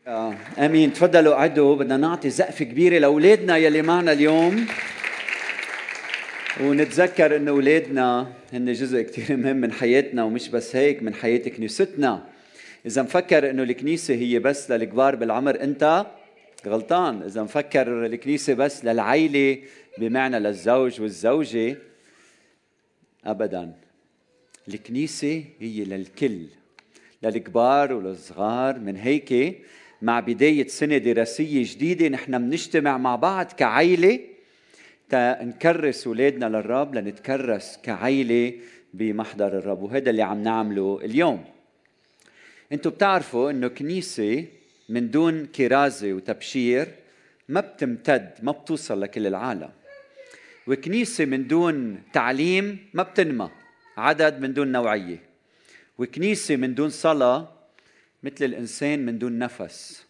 امين. تفضلوا قعدوا. بدنا نعطي زقفه كبيره لاولادنا يلي معنا اليوم، ونتذكر انه اولادنا هن جزء كتير مهم من حياتنا، ومش بس هيك، من حياه كنيستنا. اذا مفكر انه الكنيسه هي بس للكبار بالعمر انت غلطان. اذا مفكر الكنيسه بس للعائله بمعنى للزوج والزوجه، ابدا. الكنيسه هي للكل، للكبار وللصغار. من هيك مع بداية سنة دراسية جديدة نحن بنجتمع مع بعض كعائلة تنكرس أولادنا للرب، لنتكرس كعائلة بمحضر الرب، وهذا اللي عم نعمله اليوم. انتوا بتعرفوا انه كنيسة من دون كرازة وتبشير ما بتمتد، ما بتوصل لكل العالم. وكنيسة من دون تعليم ما بتنمى، عدد من دون نوعية. وكنيسة من دون صلاة مثل الإنسان من دون نفس.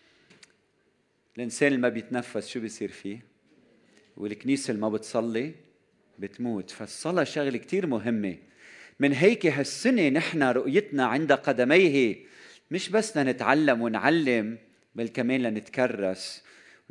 الإنسان اللي ما بيتنفس شو بيصير فيه؟ والكنيسة اللي ما بتصلي بتموت. فالصلاة شغلة كتير مهمة. من هيك هالسنة نحن رؤيتنا عند قدميه مش بس لنتعلم ونعلم، بل كمان لنتكرس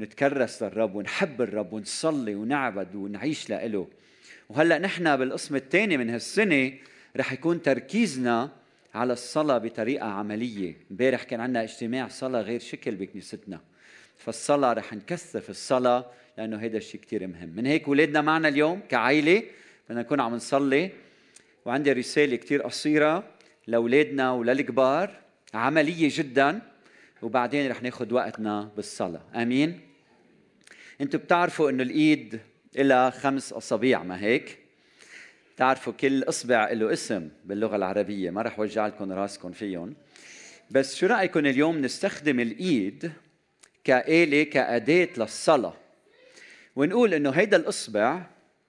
للرب ونحب الرب ونصلي ونعبد ونعيش لإله. وهلأ نحن بالقسم الثاني من هالسنة رح يكون تركيزنا على الصلاة بطريقة عملية. امبارح كان عندنا اجتماع صلاة غير شكل بكنيستنا، فالصلاة رح نكثف الصلاة لأنه هيدا الشيء كتير مهم. من هيك ولادنا معنا اليوم كعائلة بدنا نكون عم نصلي. وعندي رسالة كتير قصيرة لأولادنا وللكبار، عملية جدا، وبعدين رح ناخد وقتنا بالصلاة. آمين. انتوا بتعرفوا انه الإيد إلها 5 أصابع، ما هيك؟ تعرفوا كل إصبع له اسم باللغة العربية، ما رح وجع لكم راسكم فيهم. بس شو رأيكم اليوم نستخدم الإيد كآلة، كأداة للصلاة، ونقول إنه هيدا الإصبع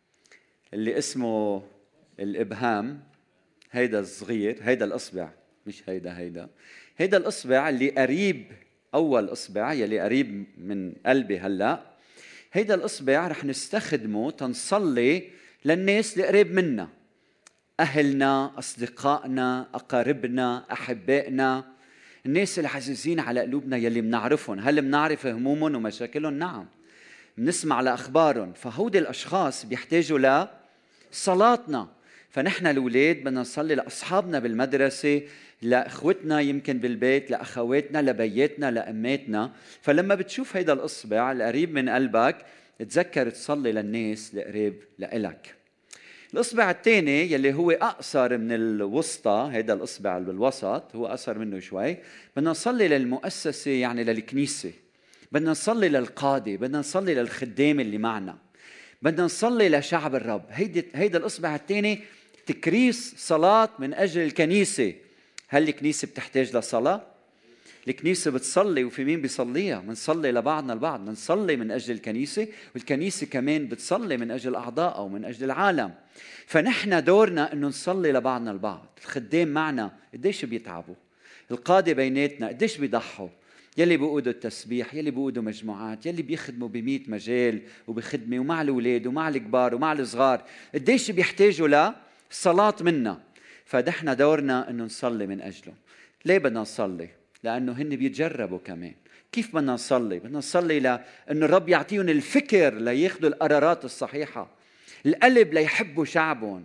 اللي اسمه الإبهام، هيدا الصغير، هيدا الإصبع، مش هيدا الإصبع اللي قريب، أول إصبع يلي قريب من قلبي هلأ، هيدا الإصبع رح نستخدمه تنصلي للناس اللي قريب منا، أهلنا، أصدقائنا، أقاربنا، أحبائنا، الناس اللي عزيزين على قلوبنا يلي منعرفهم. هل منعرف همومهم ومشاكلهم؟ نعم، منسمع لأخبارهم. فهودي الأشخاص بيحتاجوا لصلاتنا. فنحن الأولاد بدنا نصلي لأصحابنا بالمدرسة، لأخوتنا يمكن بالبيت، لأخواتنا، لبياتنا، لأماتنا. فلما بتشوف هيدا الإصبع القريب من قلبك تذكر تصلي للناس القريب لإلك. الإصبع الثاني يلي هو أقصر من الوسطى، هيدا الإصبع اللي بالوسط هو أقصر منه شوي، بدنا نصلي للمؤسسة، يعني للكنيسة، بدنا نصلي للقادة، بدنا نصلي للخدام اللي معنا، بدنا نصلي لشعب الرب. هيدا الإصبع الثاني تكريس صلاة من أجل الكنيسة. هل الكنيسة بتحتاج لصلاة؟ الكنيسة بتصلي، وفي مين بيصليها؟ منصلي لبعضنا البعض، منصلي من أجل الكنيسة، والكنيسة كمان بتصلي من أجل أعضائها ومن أجل العالم. فنحن دورنا أنه نصلي لبعضنا البعض. الخدام معنا قديش بيتعبوا، القادة بيناتنا قديش بيضحوا، يلي بيقودوا التسبيح، يلي بيقودوا مجموعات، يلي بيخدموا ب100 مجال وبخدمة، ومع الأولاد ومع الكبار ومع الصغار، قديش بيحتاجوا لصلاة منا. فنحن دورنا أنه نصلي من أجلهم. ليه بدنا نصلي؟ لأنه هن بيتجربوا كمان. كيف بدنا نصلي؟ بدنا نصلي لأن الرب يعطيهم الفكر لياخدوا القرارات الصحيحة، القلب ليحبوا شعبهم،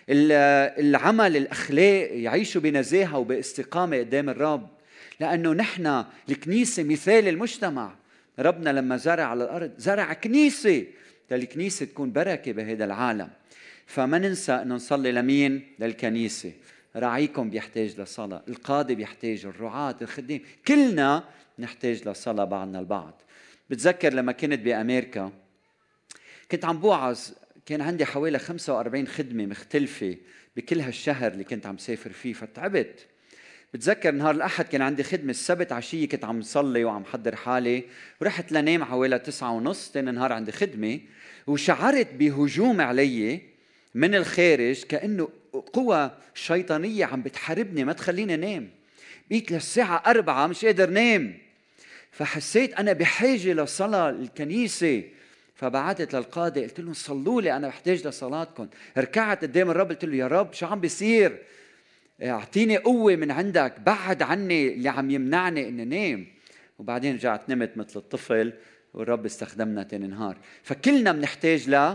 العمل، الأخلاق، يعيشوا بنزاهة وباستقامة قدام الرب. لأنه نحن الكنيسة مثال المجتمع. ربنا لما زرع على الأرض زرع كنيسة، للكنيسة تكون بركة بهذا العالم. فما ننسى أنه نصلي لمين؟ للكنيسة. راعيكم بيحتاج لصلاة، القادة بيحتاج، الرعاة، الخدام، كلنا نحتاج لصلاة بعضنا البعض. بتذكر لما كنت بأمريكا كنت عم بوعظ، كان عندي حوالي 45 خدمة مختلفة بكل هالشهر اللي كنت عم سافر فيه، فتعبت. بتذكر نهار الأحد كان عندي خدمة، السبت عشية كنت عم صلي وعم حضر حالي، ورحت لنام حوالي 9:30. تاني نهار عندي خدمة، وشعرت بهجوم علي من الخارج، كأنه قوة شيطانية عم بتحاربني ما تخليني نام. بقيت للساعة 4 مش قادر نام. فحسيت أنا بحاجة لصلاة الكنيسة. فبعثت للقادة قلت لهم صلوا لي، أنا بحتاج لصلاتكم. ركعت قدام الرب قلت له يا رب شو عم بيصير؟ اعطيني قوة من عندك، بعد عني اللي عم يمنعني إني نام. وبعدين رجعت نمت مثل الطفل، والرب استخدمنا تاني نهار. فكلنا بنحتاج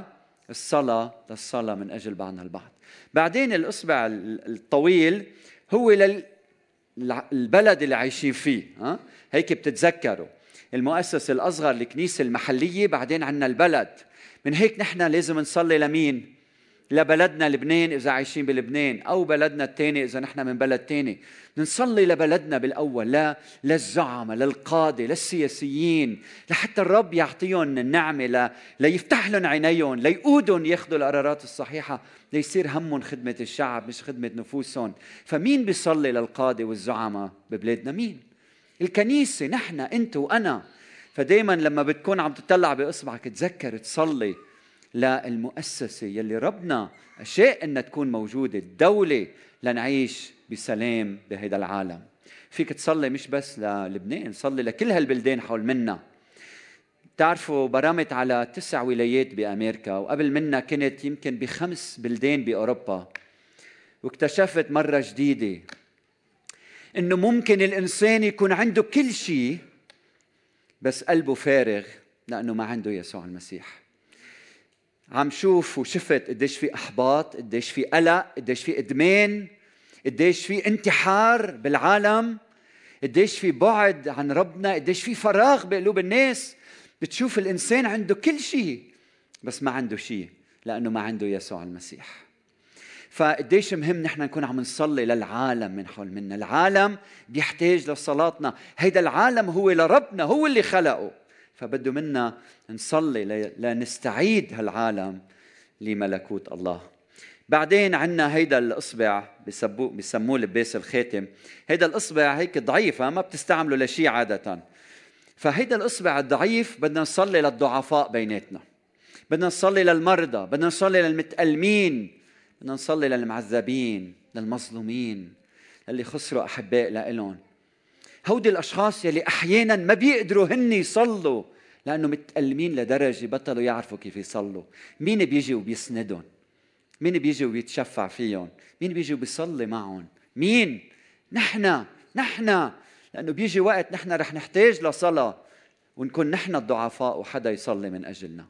للصلاة من أجل بعضنا البعض. بعدين الإصبع الطويل هو للبلد اللي عايشين فيه. هيك بتتذكروا المؤسسة الأصغر الكنيسة المحلية، بعدين عنا البلد. من هيك نحن لازم نصلي لمين؟ لبلدنا لبنان إذا عايشين بلبنان، أو بلدنا التاني إذا نحن من بلد تاني. نصلي لبلدنا بالأول، للزعماء، للقادة، للسياسيين، لحتى الرب يعطيهم النعمة ليفتح لهم عينيهم، ليقودهم ياخذوا القرارات الصحيحة، ليصير همهم خدمة الشعب مش خدمة نفوسهم. فمين بيصلي للقادة والزعماء ببلادنا؟ مين؟ الكنيسة، نحن، أنت وأنا. فدايما لما بتكون عم تطلع بإصبعك تذكر تصلي للمؤسسة يلي ربنا أشاء أنها تكون موجودة، الدولة، لنعيش بسلام بهذا العالم. فيك تصلي مش بس للبنان، صلي لكل هالبلدان حول منا. تعرفوا برمت على 9 ولايات بأمريكا، وقبل منا كنت يمكن ب5 بلدان بأوروبا. واكتشفت مرة جديدة إنه ممكن الإنسان يكون عنده كل شيء بس قلبه فارغ لأنه ما عنده يسوع المسيح. عم شوف وشفت قديش في إحباط، قديش في قلق، قديش في إدمان، قديش في انتحار بالعالم، قديش في بعد عن ربنا، قديش في فراغ بقلوب الناس. بتشوف الإنسان عنده كل شيء بس ما عنده شيء لأنه ما عنده يسوع المسيح. فقديش مهم نحن نكون عم نصلي للعالم من حول منا. العالم بيحتاج لصلاتنا. هيدا العالم هو لربنا، هو اللي خلقه، فبده منا نصلي لنستعيد هالعالم لملكوت الله. بعدين عنا هيدا الإصبع بسموه لباس الخاتم. هيدا الإصبع هيك ضعيف، ما بتستعمله لشيء عادة. فهيدا الإصبع الضعيف بدنا نصلي للضعفاء بيناتنا، بدنا نصلي للمرضى، بدنا نصلي للمتألمين، بدنا نصلي للمعذبين، للمظلومين، اللي خسروا أحباء لإلهم. هودي الأشخاص يلي أحياناً ما بيقدروا هن يصلوا لأنه متألمين لدرجة بطلوا يعرفوا كيف يصلوا. مين بيجي وبيسندهم؟ مين بيجي وبيتشفع فيهم؟ مين بيجي وبيصلي معهم؟ مين؟ نحن. لأنه بيجي وقت نحن رح نحتاج لصلاة ونكون نحن الضعفاء وحدا يصلي من أجلنا.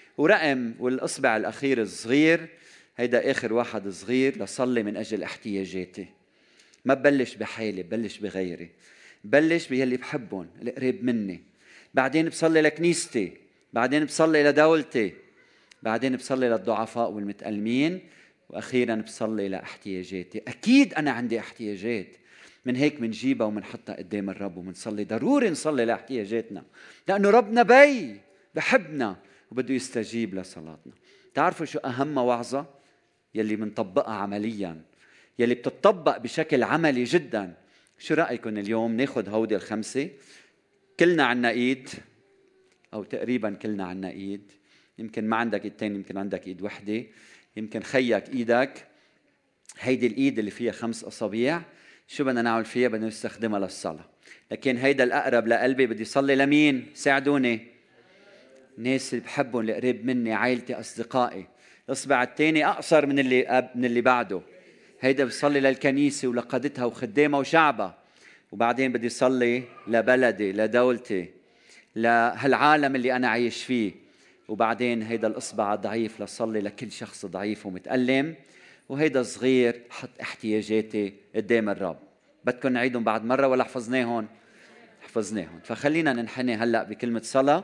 والإصبع الأخير الصغير، هيدا آخر واحد صغير، لصلي من أجل احتياجاتي. ما ببلش بحالي، ببلش بغيري، ببلش بيلي بحبهم القريب مني، بعدين بصلي لكنيستي، بعدين بصلي لدولتي، بعدين بصلي للضعفاء والمتألمين، وأخيرا بصلي لاحتياجاتي. أكيد أنا عندي احتياجات، من هيك منجيبها ومنحطها قدام الرب ومنصلي. ضروري نصلي لاحتياجاتنا لأنه ربنا بحبنا وبده يستجيب لصلاتنا. تعرفوا شو أهم وعظة يلي منطبقها عمليا، يلي بتطبق بشكل عملي جدا؟ شو رأيكم اليوم ناخد هودي ال5؟ كلنا عنا ايد، او تقريبا كلنا عنا ايد. يمكن ما عندك ايدتين، يمكن عندك ايد وحده، يمكن خيك ايدك. هيدي الايد اللي فيها 5 أصابيع، شو بدنا نعمل فيها؟ بدنا نستخدمها للصلاة. لكن هيدا الأقرب لقلبي، بدي صلي لمين؟ ساعدوني. الناس اللي بحبهم، اللي قريب مني، عائلتي، أصدقائي. الإصبع الثاني أقصر من اللي بعده، هيدا بصلي للكنيسة ولقادتها وخدامها وشعبها. وبعدين بدي صلي لبلدي، لدولتي، لهالعالم اللي أنا عايش فيه. وبعدين هيدا الإصبع ضعيف لصلي لكل شخص ضعيف ومتألم. وهيدا صغير حط احتياجاتي قدام الرب. بدكم نعيدهم بعد مرة ولا حفظناهم؟ فخلينا ننحني هلأ بكلمة صلاة.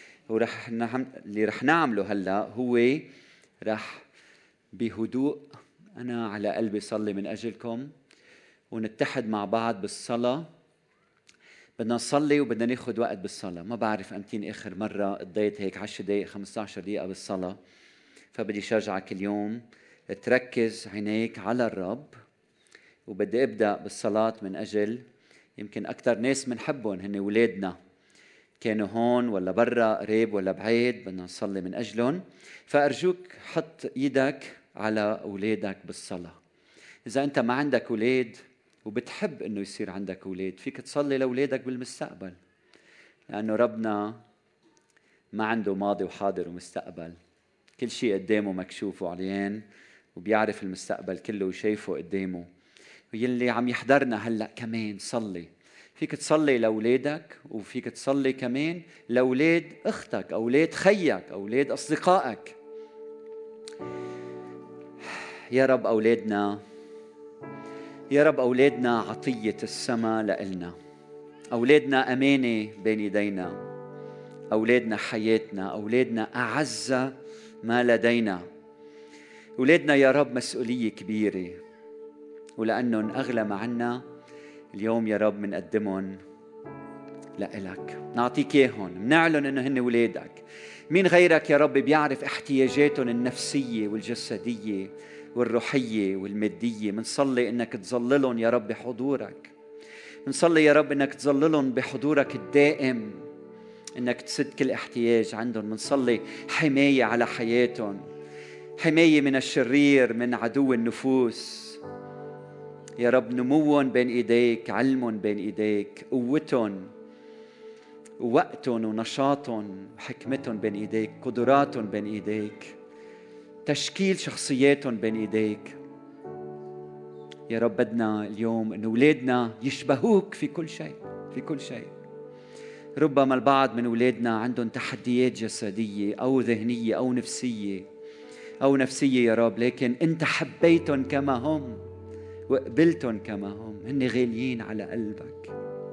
اللي رح نعمله هلأ هو رح بهدوء أنا على قلبي صلي من أجلكم ونتحد مع بعض بالصلاة. بدنا نصلي وبدنا ناخد وقت بالصلاة. ما بعرف أمتين آخر مرة قضيت هيك 10 دقائق 15 دقيقة بالصلاة. فبدي شجعك اليوم تركز عينيك على الرب. وبدي أبدأ بالصلاة من أجل يمكن أكتر ناس منحبهم هن ولادنا، كانوا هون ولا برا، قريب ولا بعيد، بدنا نصلي من أجلهم. فأرجوك حط إيدك على أولادك بالصلاة. إذا أنت ما عندك أولاد وبتحب إنه يصير عندك أولاد، فيك تصلي لأولادك بالمستقبل، لأنه ربنا ما عنده ماضي وحاضر ومستقبل. كل شيء قدامه مكشوف وعليان، وبيعرف المستقبل كله وشايفه قدامه. ويلي عم يحضرنا هلأ كمان صلي. فيك تصلي لأولادك، وفيك تصلي كمان لأولاد أختك، أولاد خيك، أولاد أصدقائك. يا رب أولادنا، يا رب أولادنا عطية السماء لإلنا، أولادنا أمانة بين يدينا، أولادنا حياتنا، أولادنا أعز ما لدينا. أولادنا يا رب مسؤولية كبيرة، ولأنهم أغلى ما عنا اليوم يا رب منقدمهم لإلك، نعطيك إياهم، منعلن إنه هن ولادك. مين غيرك يا رب بيعرف احتياجاتهم النفسية والجسدية والروحية والمادية؟ منصلي إنك تظللهم يا رب بحضورك، منصلي يا رب إنك تظللهم بحضورك الدائم، إنك تسد كل احتياج عندهم. منصلي حماية على حياتهم، حماية من الشرير، من عدو النفوس يا رب. نموهم بين إيديك، علمهم بين إيديك، قوتهم ووقتهم ونشاطهم وحكمتهم بين إيديك، قدراتهم بين إيديك، تشكيل شخصياتهم بين إيديك يا رب. بدنا اليوم أن أولادنا يشبهوك في كل شيء، في كل شيء. ربما البعض من أولادنا عندهم تحديات جسدية أو ذهنية أو نفسية يا رب، لكن أنت حبيتهم كما هم وقبلتهم كما هم، هن غاليين على قلبك.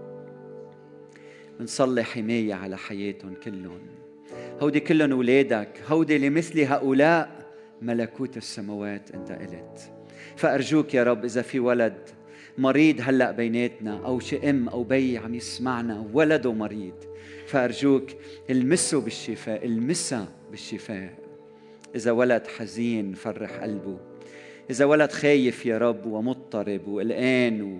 منصلي حماية على حياتهم كلهم، هودي كلهم أولادك، هودي لمثل هؤلاء ملكوت السماوات أنت قلت. فأرجوك يا رب إذا في ولد مريض هلأ بيناتنا، أو شي أم أو بي عم يسمعنا ولده مريض، فأرجوك المسه بالشفاء، المسه بالشفاء. إذا ولد حزين فرح قلبه، إذا ولد خايف يا رب ومضطرب وقلقان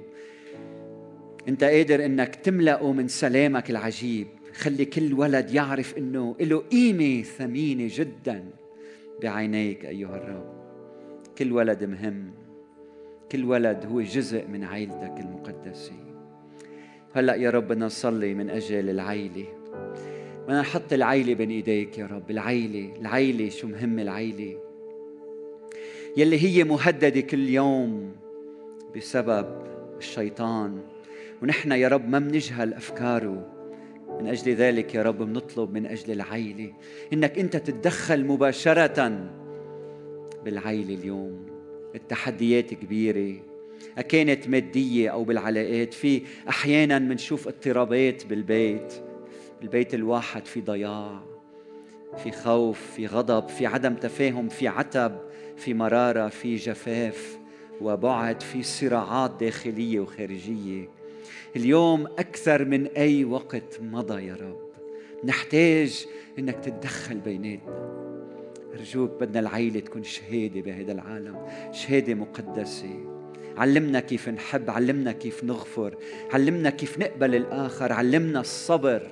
أنت قادر إنك تملأه من سلامك العجيب. خلي كل ولد يعرف إنه له قيمة ثمينة جدا بعينيك أيها الرب. كل ولد مهم، كل ولد هو جزء من عائلتك المقدسة. هلأ يا رب بدنا نصلي من أجل العائلة، بدنا نحط العائلة بين إيديك يا رب. العائلة شو مهم، العائلة يلي هي مهددة كل يوم بسبب الشيطان، ونحن يا رب ما منجهل أفكاره. من أجل ذلك يا رب بنطلب من أجل العائلة إنك أنت تتدخل مباشرة بالعائلة اليوم. التحديات كبيرة، أكانت مادية أو بالعلاقات. في أحيانا منشوف اضطرابات بالبيت الواحد، في ضياع، في خوف، في غضب، في عدم تفاهم، في عتب، في مرارة، في جفاف وبعد، في صراعات داخلية وخارجية. اليوم أكثر من أي وقت مضى يا رب نحتاج إنك تتدخل بيناتنا. أرجوك بدنا العائلة تكون شهادة بهذا العالم، شهادة مقدسة. علمنا كيف نحب، علمنا كيف نغفر، علمنا كيف نقبل الآخر، علمنا الصبر،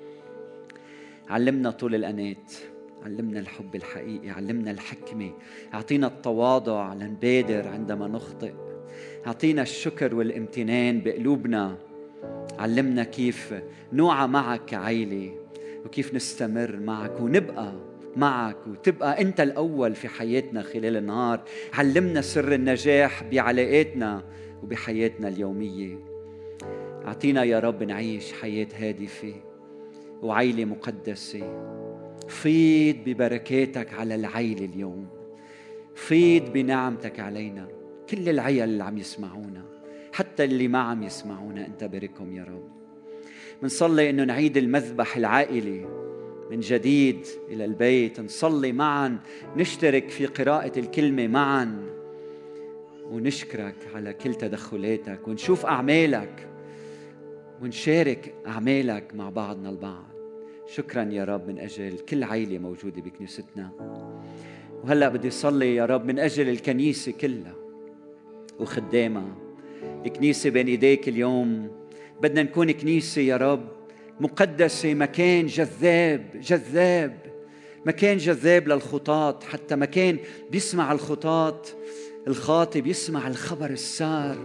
علمنا طول الأنات، علمنا الحب الحقيقي، علمنا الحكمة، أعطينا التواضع لنبادر عندما نخطئ، أعطينا الشكر والامتنان بقلوبنا. علمنا كيف نوعى معك كعائلة، وكيف نستمر معك ونبقى معك وتبقى أنت الأول في حياتنا خلال النهار. علمنا سر النجاح بعلاقاتنا وبحياتنا اليومية. أعطينا يا رب نعيش حياة هادفة وعائلة مقدسة. فيض ببركاتك على العائلة اليوم، فيض بنعمتك علينا. كل العيال اللي عم يسمعونا، حتى اللي ما عم يسمعونا، أنت باركهم يا رب. منصلي إنه نعيد المذبح العائلي من جديد إلى البيت، نصلي معا، نشترك في قراءة الكلمة معا، ونشكرك على كل تدخلاتك، ونشوف أعمالك ونشارك أعمالك مع بعضنا البعض. شكرا يا رب من أجل كل عائلة موجودة بكنيستنا. وهلأ بدي صلي يا رب من أجل الكنيسة كلها وخدامها. الكنيسة بين إيديك اليوم، بدنا نكون كنيسة يا رب مقدسة، مكان جذاب، مكان جذاب للخطاة، حتى مكان بيسمع الخطاة، الخاطئ بيسمع الخبر السار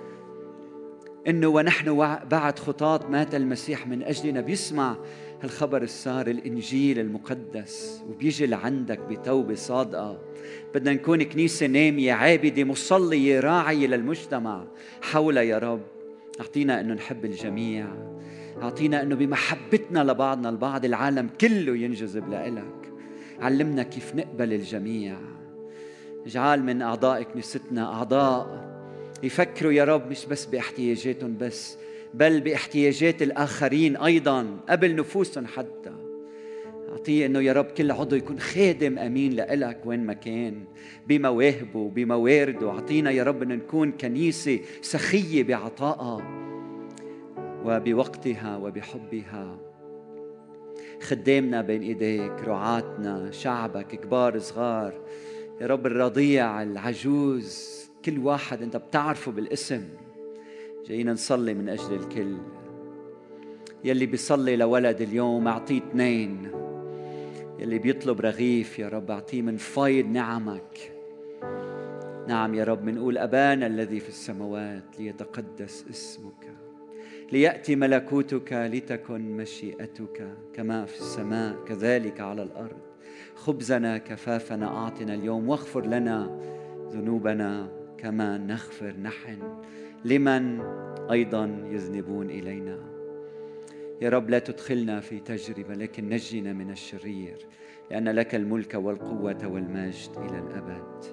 إنه ونحن بعد خطاة مات المسيح من أجلنا، بيسمع الخبر السار، الإنجيل المقدس، وبيجي لعندك بتوبة صادقة. بدنا نكون كنيسة نامية، عابدة، مصلية، راعية للمجتمع حولها يا رب. أعطينا أنه نحب الجميع. أعطينا أنه بمحبتنا لبعضنا البعض العالم كله ينجذب لإلك. علمنا كيف نقبل الجميع. اجعل من أعضاء كنيستنا أعضاء يفكروا يا رب مش بس باحتياجاتهم بس، بل باحتياجات الآخرين أيضا قبل نفوسهم حتى. أعطيه أنه يا رب كل عضو يكون خادم أمين لإلك وين ما كان بمواهبه وبموارده. أعطينا يا رب أن نكون كنيسة سخية بعطائها وبوقتها وبحبها. خدامنا بين إيديك، رعاتنا، شعبك كبار صغار يا رب، الرضيع العجوز، كل واحد أنت بتعرفه بالاسم. جايين نصلي من أجل الكل. يلي بيصلي لولد اليوم أعطيه 2. يلي بيطلب رغيف يا رب أعطيه من فيض نعمك. نعم يا رب، منقول أبانا الذي في السماوات ليتقدس اسمك، ليأتي ملكوتك، لتكن مشيئتك كما في السماء كذلك على الأرض. خبزنا كفافنا أعطنا اليوم، واغفر لنا ذنوبنا كما نغفر نحن لمن أيضا يذنبون إلينا. يا رب لا تدخلنا في تجربة، لكن نجنا من الشرير، لأن لك الملك والقوة والمجد إلى الأبد.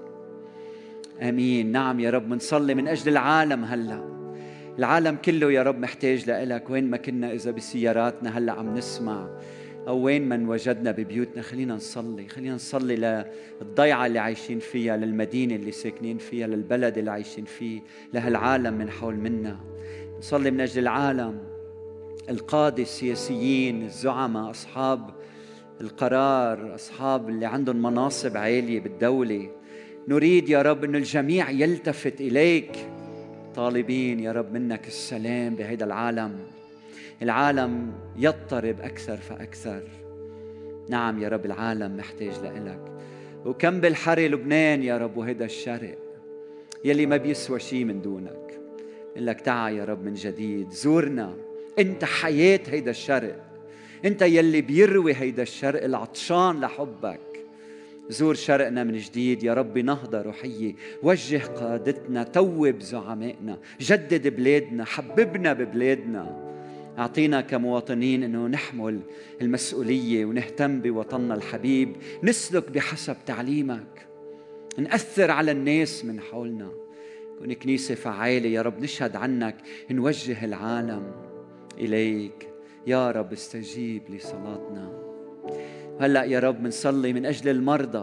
آمين. نعم يا رب، منصلي من أجل العالم. هلأ العالم كله يا رب محتاج لإلك. وين ما كنا، إذا بسياراتنا هلأ عم نسمع أو وين من وجدنا ببيوتنا، خلينا نصلي للضيعة اللي عايشين فيها، للمدينة اللي ساكنين فيها، للبلد اللي عايشين فيه، لهالعالم من حول منا. نصلي من أجل العالم، القادة، السياسيين، الزعماء، أصحاب القرار، أصحاب اللي عندهم مناصب عالية بالدولة. نريد يا رب أن الجميع يلتفت إليك، طالبين يا رب منك السلام بهذا العالم. العالم يضطرب أكثر فأكثر. نعم يا رب، العالم محتاج لإلك. وكم بالحري لبنان يا رب، وهذا الشرق يلي ما بيسوى شيء من دونك. لك تعا يا رب من جديد، زورنا. انت حياة هيدا الشرق، انت يلي بيروي هيدا الشرق العطشان لحبك. زور شرقنا من جديد يا رب، نهضة روحية. وجه قادتنا، توب زعمائنا، جدد بلادنا، حببنا ببلادنا. أعطينا كمواطنين أنه نحمل المسؤولية ونهتم بوطننا الحبيب، نسلك بحسب تعليمك، نأثر على الناس من حولنا، نكون كنيسة فعالة يا رب، نشهد عنك، نوجه العالم إليك. يا رب استجيب لصلاتنا. هلأ يا رب منصلي من أجل المرضى.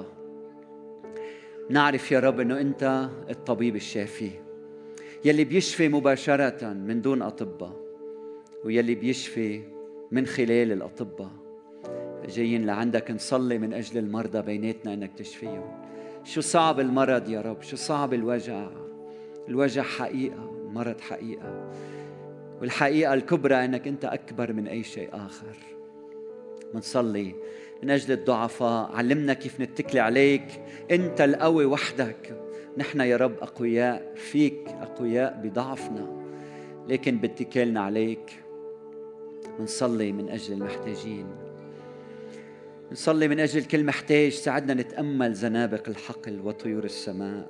نعرف يا رب أنه أنت الطبيب الشافي، يلي بيشفي مباشرة من دون أطباء، ويلي بيشفي من خلال الأطباء. جايين لعندك نصلي من أجل المرضى بيناتنا أنك تشفيهم. شو صعب المرض يا رب، شو صعب الوجع. الوجع حقيقة، المرض حقيقة، والحقيقة الكبرى أنك أنت أكبر من أي شيء آخر. منصلي من أجل الضعفاء. علمنا كيف نتكل عليك، أنت القوي وحدك. نحن يا رب أقوياء فيك، أقوياء بضعفنا، لكن باتكالنا عليك. منصلي من أجل المحتاجين، نصلي من أجل كل محتاج. ساعدنا نتأمل زنابق الحقل وطيور السماء،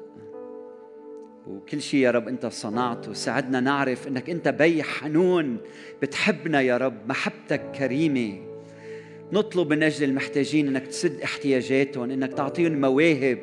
وكل شيء يا رب أنت صنعته. ساعدنا نعرف أنك أنت بي حنون، بتحبنا يا رب، محبتك كريمة. نطلب من أجل المحتاجين أنك تسد احتياجاتهم، أنك تعطيهم مواهب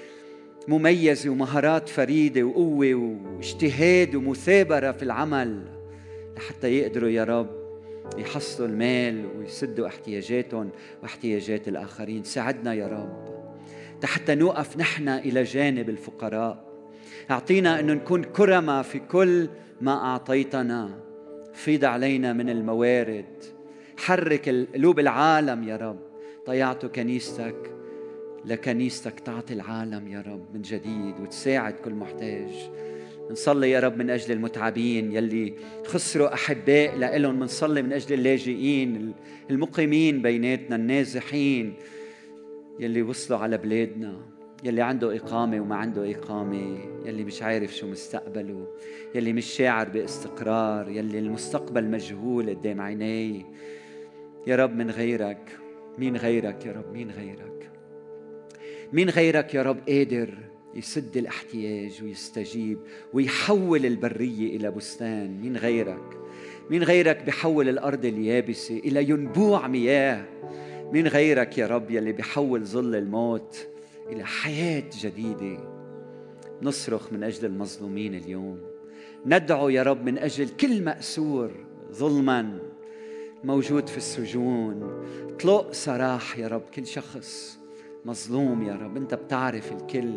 مميزة ومهارات فريدة وقوة واجتهاد ومثابرة في العمل، لحتى يقدروا يا رب يحصلوا المال ويسدوا احتياجاتهم واحتياجات الآخرين. ساعدنا يا رب حتى نوقف نحن إلى جانب الفقراء. أعطينا أن نكون كرمة في كل ما أعطيتنا. فيض علينا من الموارد، حرك قلوب العالم يا رب. طيعت كنيستك لكنيستك تعطي العالم يا رب من جديد وتساعد كل محتاج. نصلي يا رب من أجل المتعبين يلي خسروا أحباء لإلهم. نصلي من أجل اللاجئين المقيمين بيناتنا، النازحين يلي وصلوا على بلادنا، يلي عنده إقامة وما عنده إقامة، يلي مش عارف شو مستقبله، يلي مش شاعر باستقرار، يلي المستقبل مجهول قدام عينيه. يا رب من غيرك، مين غيرك يا رب؟ مين غيرك؟ مين غيرك يا رب قادر يسد الاحتياج ويستجيب ويحول البرية إلى بستان. مين غيرك؟ مين غيرك بيحول الأرض اليابسة إلى ينبوع مياه؟ مين غيرك يا رب يلي بيحول ظل الموت إلى حياة جديدة؟ نصرخ من أجل المظلومين اليوم، ندعو يا رب من أجل كل مأسور ظلما موجود في السجون. اطلق سراح يا رب كل شخص مظلوم يا رب، أنت بتعرف الكل.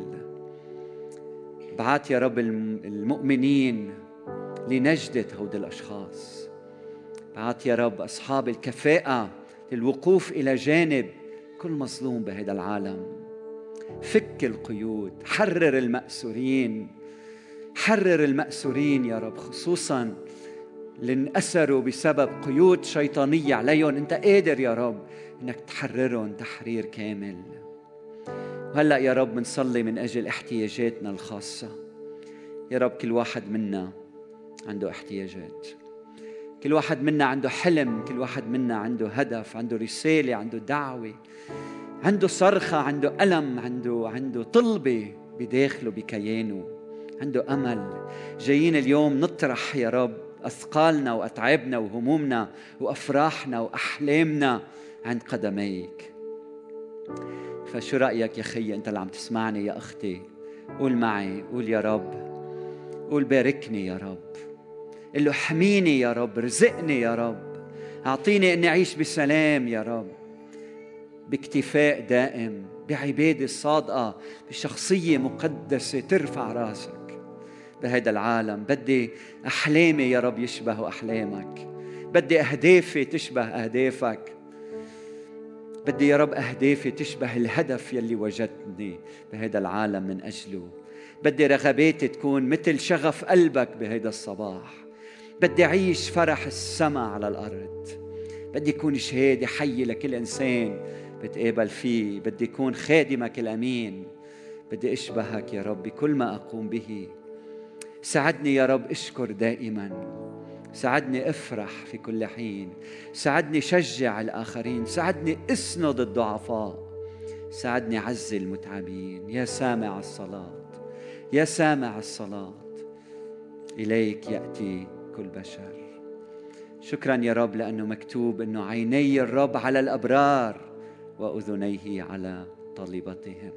بعت يا رب المؤمنين لنجدة هؤلاء الأشخاص. بعت يا رب أصحاب الكفاءة للوقوف إلى جانب كل مظلوم بهذا العالم. فك القيود، حرر المأسورين، حرر المأسورين يا رب، خصوصاً اللي انأسروا بسبب قيود شيطانية عليهم. أنت قادر يا رب أنك تحررهم تحرير كامل. وهلأ يا رب منصلي من أجل احتياجاتنا الخاصة. يا رب كل واحد منا عنده احتياجات، كل واحد منا عنده حلم، كل واحد منا عنده هدف، عنده رسالة، عنده دعوة، عنده صرخة، عنده ألم، عنده طلبة بداخله بكيانه، عنده أمل. جايين اليوم نطرح يا رب أثقالنا وأتعابنا وهمومنا وأفراحنا وأحلامنا عند قدميك. فشو رأيك يا خي أنت اللي عم تسمعني يا أختي؟ قول معي، قول يا رب، قول باركني يا رب، قل له حميني يا رب، رزقني يا رب، أعطيني أني أعيش بسلام يا رب، باكتفاء دائم، بعبادة صادقة، بشخصية مقدسة ترفع راسك بهذا العالم. بدي أحلامي يا رب يشبه أحلامك، بدي أهدافي تشبه أهدافك، بدي يا رب أهدافي تشبه الهدف يلي وجدتني بهذا العالم من أجله. بدي رغباتي تكون مثل شغف قلبك بهذا الصباح. بدي أعيش فرح السماء على الأرض. بدي أكون شهادة حية لكل إنسان بتقابل فيه. بدي أكون خادمك الأمين. بدي أشبهك يا رب بكل ما أقوم به. ساعدني يا رب أشكر دائما، ساعدني أفرح في كل حين، ساعدني شجع الآخرين، ساعدني أسند الضعفاء، ساعدني عزي المتعبين. يا سامع الصلاة، يا سامع الصلاة، إليك يأتي كل بشر. شكرا يا رب لأنه مكتوب أنه عيني الرب على الأبرار وأذنيه على طالبتهم.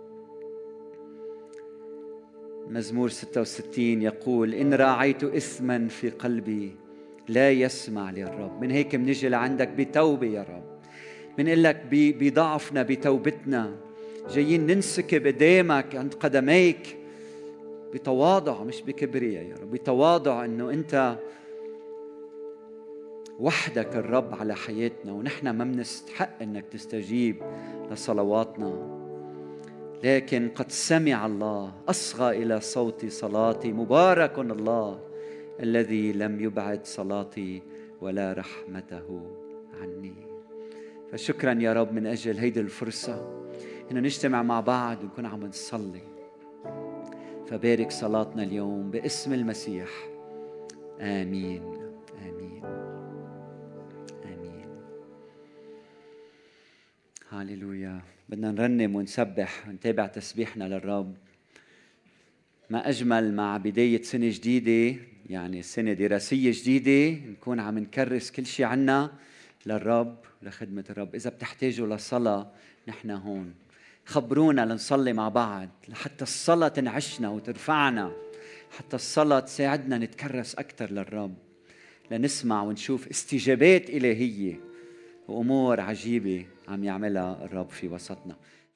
مزمور 66 يقول: إن راعيت إثما في قلبي لا يسمع لي الرب. من هيك منجي لعندك بتوبة يا رب، منقول لك بضعفنا بتوبتنا جايين ننسكب قدامك عند قدميك بتواضع، مش بكبرياء يا رب، بتواضع أنه أنت وحدك الرب على حياتنا، ونحن ما بنستحق أنك تستجيب لصلواتنا، لكن قد سمع الله، أصغى إلى صوت صلاتي. مبارك الله الذي لم يبعد صلاتي ولا رحمته عني. فشكرا يا رب من أجل هيدي الفرصة إنه نجتمع مع بعض ونكون عم نصلي. فبارك صلاتنا اليوم باسم المسيح. آمين آمين آمين. هاليلويا. بدنا نرنم ونسبح ونتابع تسبيحنا للرب. ما أجمل مع بداية سنة جديدة، يعني سنة دراسية جديدة، نكون عم نكرس كل شيء عنا للرب لخدمة الرب. إذا بتحتاجوا لصلاة نحن هون، خبرونا لنصلي مع بعض، لحتى الصلاة تنعشنا وترفعنا، حتى الصلاة تساعدنا نتكرس أكثر للرب، لنسمع ونشوف استجابات إلهية وأمور عجيبة عم يعملها الرب في وسطنا.